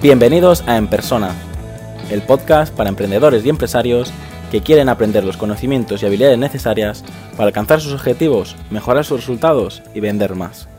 Bienvenidos a En Persona, el podcast para emprendedores y empresarios que quieren aprender los conocimientos y habilidades necesarias para alcanzar sus objetivos, mejorar sus resultados y vender más.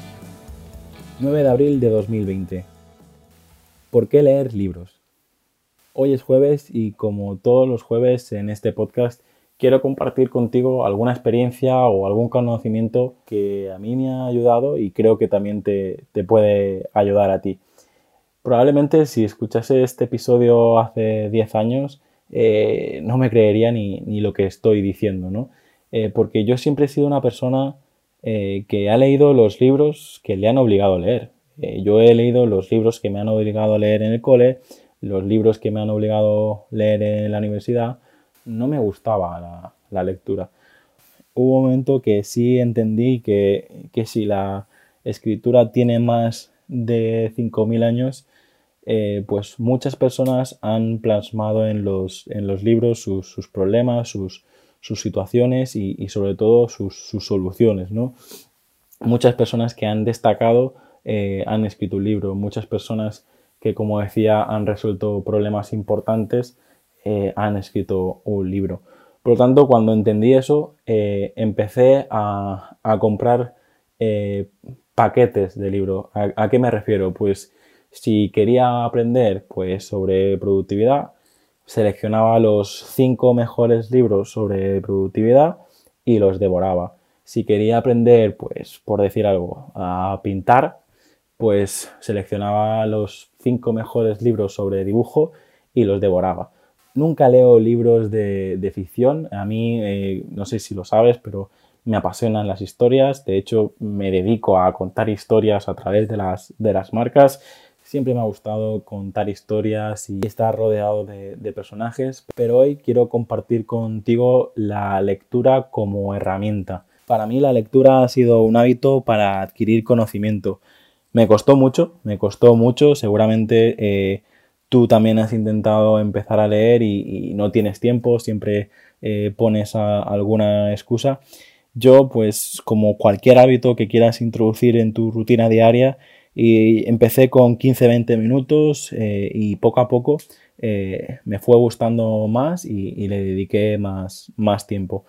9 de abril de 2020. ¿Por qué leer libros? Hoy es jueves y como todos los jueves en este podcast quiero compartir contigo alguna experiencia o algún conocimiento que a mí me ha ayudado y creo que también te puede ayudar a ti. Probablemente si escuchase este episodio hace 10 años no me creería ni lo que estoy diciendo, ¿no? Porque yo siempre he sido una persona que ha leído los libros que le han obligado a leer. Yo he leído los libros que me han obligado a leer en el cole, los libros que me han obligado a leer en la universidad. No me gustaba la lectura. Hubo un momento que sí entendí que si la escritura tiene más de 5.000 años, pues muchas personas han plasmado en los libros sus problemas, sus situaciones y sobre todo sus soluciones, ¿no? Muchas personas que han destacado han escrito un libro, muchas personas que, como decía, han resuelto problemas importantes han escrito un libro. Por lo tanto, cuando entendí eso, empecé a comprar paquetes de libros. ¿A qué me refiero? Pues si quería aprender pues, sobre productividad, seleccionaba los 5 mejores libros sobre productividad y los devoraba. Si quería aprender, pues por decir algo, a pintar, pues seleccionaba los 5 mejores libros sobre dibujo y los devoraba. Nunca leo libros de ficción. A mí, no sé si lo sabes, pero me apasionan las historias. De hecho, me dedico a contar historias a través de las marcas. Siempre me ha gustado contar historias y estar rodeado de personajes. Pero hoy quiero compartir contigo la lectura como herramienta. Para mí la lectura ha sido un hábito para adquirir conocimiento. Me costó mucho. Seguramente tú también has intentado empezar a leer y no tienes tiempo, siempre pones alguna excusa. Yo, pues como cualquier hábito que quieras introducir en tu rutina diaria, y empecé con 15-20 minutos y poco a poco me fue gustando más y le dediqué más tiempo.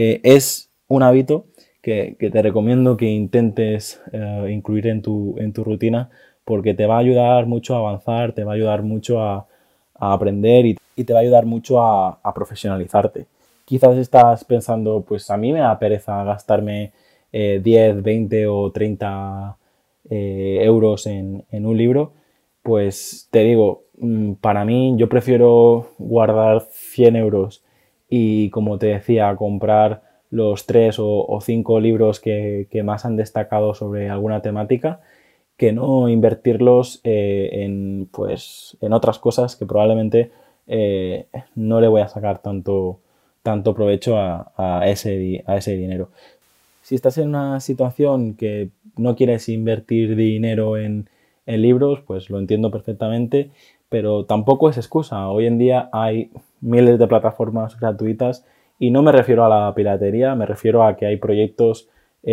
Es un hábito que te recomiendo que intentes incluir en tu rutina, porque te va a ayudar mucho a avanzar, te va a ayudar mucho a aprender y te va a ayudar mucho a profesionalizarte. Quizás estás pensando, pues a mí me da pereza gastarme 10, 20 o 30 euros en un libro. Pues te digo, para mí yo prefiero guardar 100 euros y, como te decía, comprar los 3 o 5 libros que más han destacado sobre alguna temática, que no invertirlos en otras cosas que probablemente no le voy a sacar tanto provecho a ese dinero. Si estás en una situación que no quieres invertir dinero en libros, pues lo entiendo perfectamente, pero tampoco es excusa. Hoy en día hay miles de plataformas gratuitas y no me refiero a la piratería, me refiero a que hay proyectos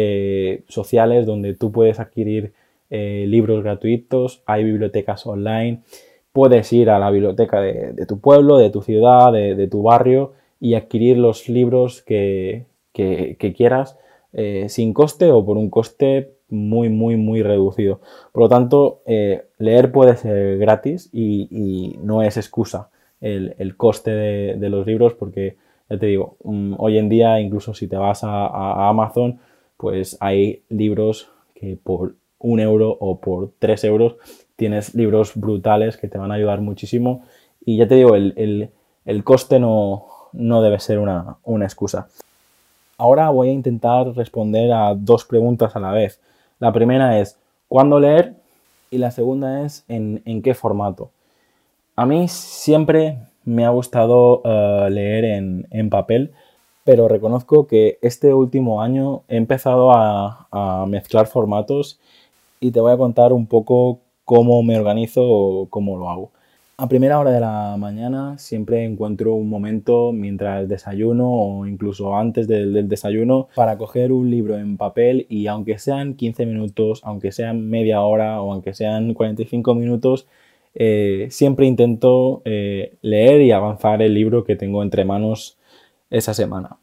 sociales donde tú puedes adquirir libros gratuitos, hay bibliotecas online, puedes ir a la biblioteca de tu pueblo, de tu ciudad, de tu barrio y adquirir los libros que quieras sin coste o por un coste muy reducido. Por lo tanto, leer puede ser gratis y no es excusa el coste de los libros, porque ya te digo, hoy en día incluso si te vas a Amazon, pues hay libros que por 1 euro o por 3 euros tienes libros brutales que te van a ayudar muchísimo, y ya te digo, el coste no debe ser una excusa. Ahora voy a intentar responder a 2 preguntas a la vez. La primera es ¿cuándo leer? Y la segunda es ¿en qué formato? A mí siempre me ha gustado leer en papel, pero reconozco que este último año he empezado a mezclar formatos y te voy a contar un poco cómo me organizo o cómo lo hago. A primera hora de la mañana siempre encuentro un momento mientras desayuno o incluso antes del desayuno para coger un libro en papel y, aunque sean 15 minutos, aunque sean media hora o aunque sean 45 minutos, siempre intento leer y avanzar el libro que tengo entre manos esa semana.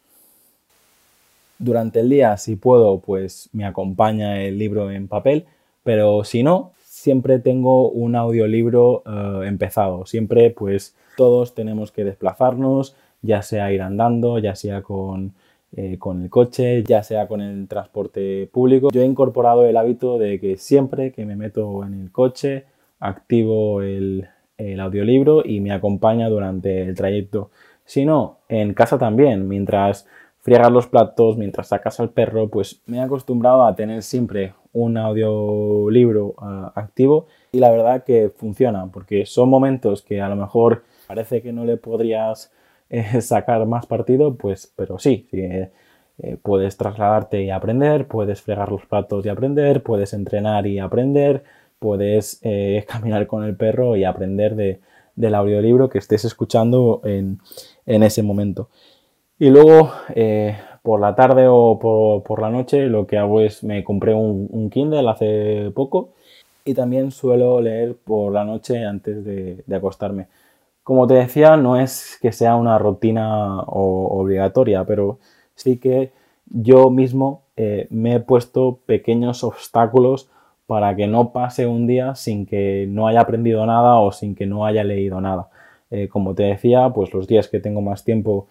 Durante el día, si puedo, pues me acompaña el libro en papel, pero si no, siempre tengo un audiolibro empezado. Siempre, pues todos tenemos que desplazarnos, ya sea ir andando, ya sea con el coche, ya sea con el transporte público. Yo he incorporado el hábito de que siempre que me meto en el coche, activo el audiolibro y me acompaña durante el trayecto. Si no, en casa también, mientras friegas los platos, mientras sacas al perro, pues me he acostumbrado a tener siempre un audiolibro activo y la verdad que funciona, porque son momentos que a lo mejor parece que no le podrías sacar más partido, pues, pero sí, puedes trasladarte y aprender, puedes fregar los platos y aprender, puedes entrenar y aprender, puedes caminar con el perro y aprender del audiolibro que estés escuchando en ese momento. Y luego por la tarde o por la noche lo que hago es me compré un Kindle hace poco y también suelo leer por la noche antes de acostarme. Como te decía, no es que sea una rutina obligatoria, pero sí que yo mismo me he puesto pequeños obstáculos para que no pase un día sin que no haya aprendido nada o sin que no haya leído nada. Como te decía, pues los días que tengo más tiempo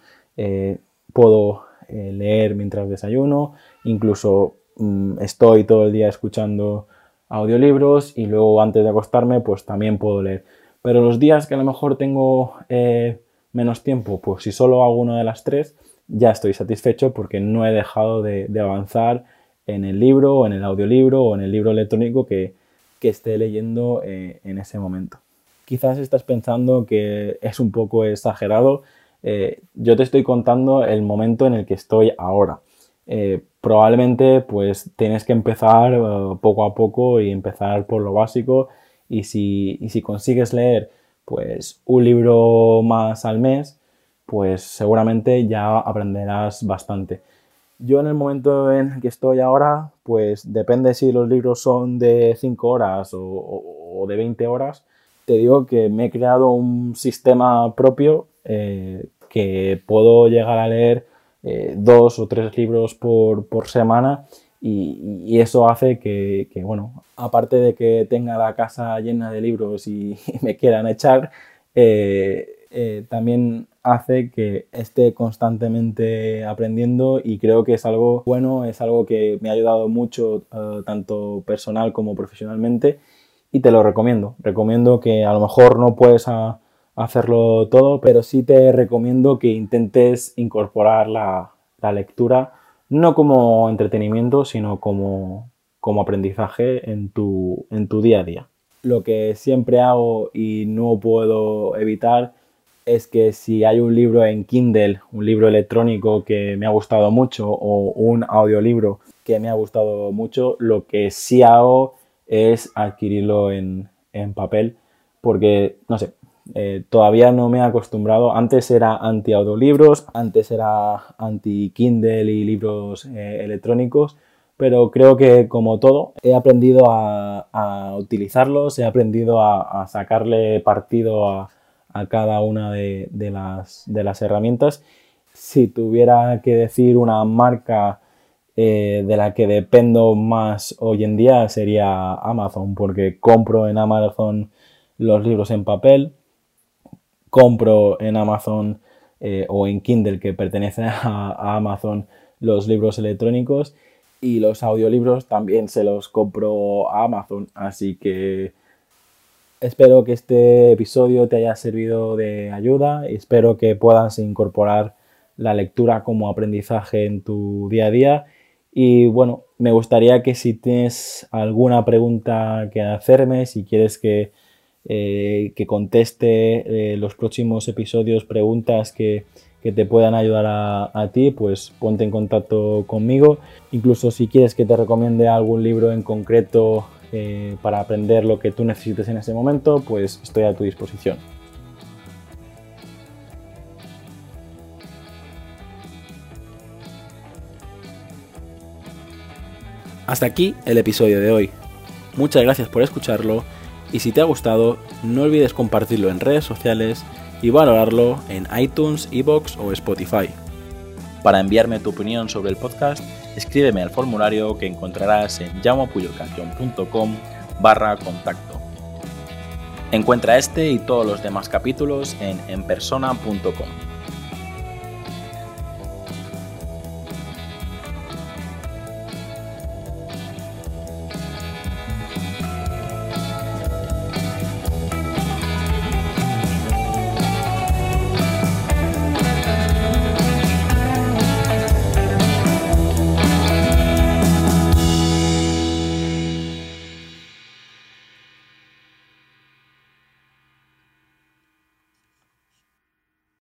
puedo leer mientras desayuno, incluso estoy todo el día escuchando audiolibros y luego antes de acostarme pues también puedo leer. Pero los días que a lo mejor tengo menos tiempo, pues si solo hago una de las tres, ya estoy satisfecho porque no he dejado de avanzar en el libro o en el audiolibro o en el libro electrónico que esté leyendo en ese momento. Quizás estás pensando que es un poco exagerado. Yo te estoy contando el momento en el que estoy ahora. Probablemente pues tienes que empezar poco a poco y empezar por lo básico y si consigues leer pues un libro más al mes, pues seguramente ya aprenderás bastante. Yo en el momento en el que estoy ahora, pues depende si los libros son de 5 horas o de 20 horas, te digo que me he creado un sistema propio que puedo llegar a leer 2 o 3 libros por semana y eso hace que, bueno, aparte de que tenga la casa llena de libros y me quieran echar, también hace que esté constantemente aprendiendo y creo que es algo bueno, es algo que me ha ayudado mucho tanto personal como profesionalmente y te lo recomiendo. Recomiendo que a lo mejor no puedes hacerlo todo, pero sí te recomiendo que intentes incorporar la lectura no como entretenimiento, sino como aprendizaje en tu día a día. Lo que siempre hago y no puedo evitar es que si hay un libro en Kindle, un libro electrónico que me ha gustado mucho o un audiolibro que me ha gustado mucho, lo que sí hago es adquirirlo en papel porque, no sé, todavía no me he acostumbrado. Antes era anti-audiolibros, antes era anti-Kindle y libros electrónicos, pero creo que como todo he aprendido a utilizarlos, he aprendido a sacarle partido a cada una de las herramientas. Si tuviera que decir una marca de la que dependo más hoy en día sería Amazon, porque compro en Amazon los libros en papel, compro en Amazon o en Kindle, que pertenece a Amazon, los libros electrónicos y los audiolibros también se los compro a Amazon, así que espero que este episodio te haya servido de ayuda y espero que puedas incorporar la lectura como aprendizaje en tu día a día. Y bueno, me gustaría que si tienes alguna pregunta que hacerme, si quieres que conteste los próximos episodios preguntas que te puedan ayudar a ti, pues ponte en contacto conmigo. Incluso si quieres que te recomiende algún libro en concreto para aprender lo que tú necesites en ese momento, pues estoy a tu disposición. Hasta aquí el episodio de hoy. Muchas gracias por escucharlo Y si te ha gustado, no olvides compartirlo en redes sociales y valorarlo en iTunes, iVoox o Spotify. Para enviarme tu opinión sobre el podcast, escríbeme al formulario que encontrarás en jaumepuyolcanción.com/contacto. Encuentra este y todos los demás capítulos en enpersona.com.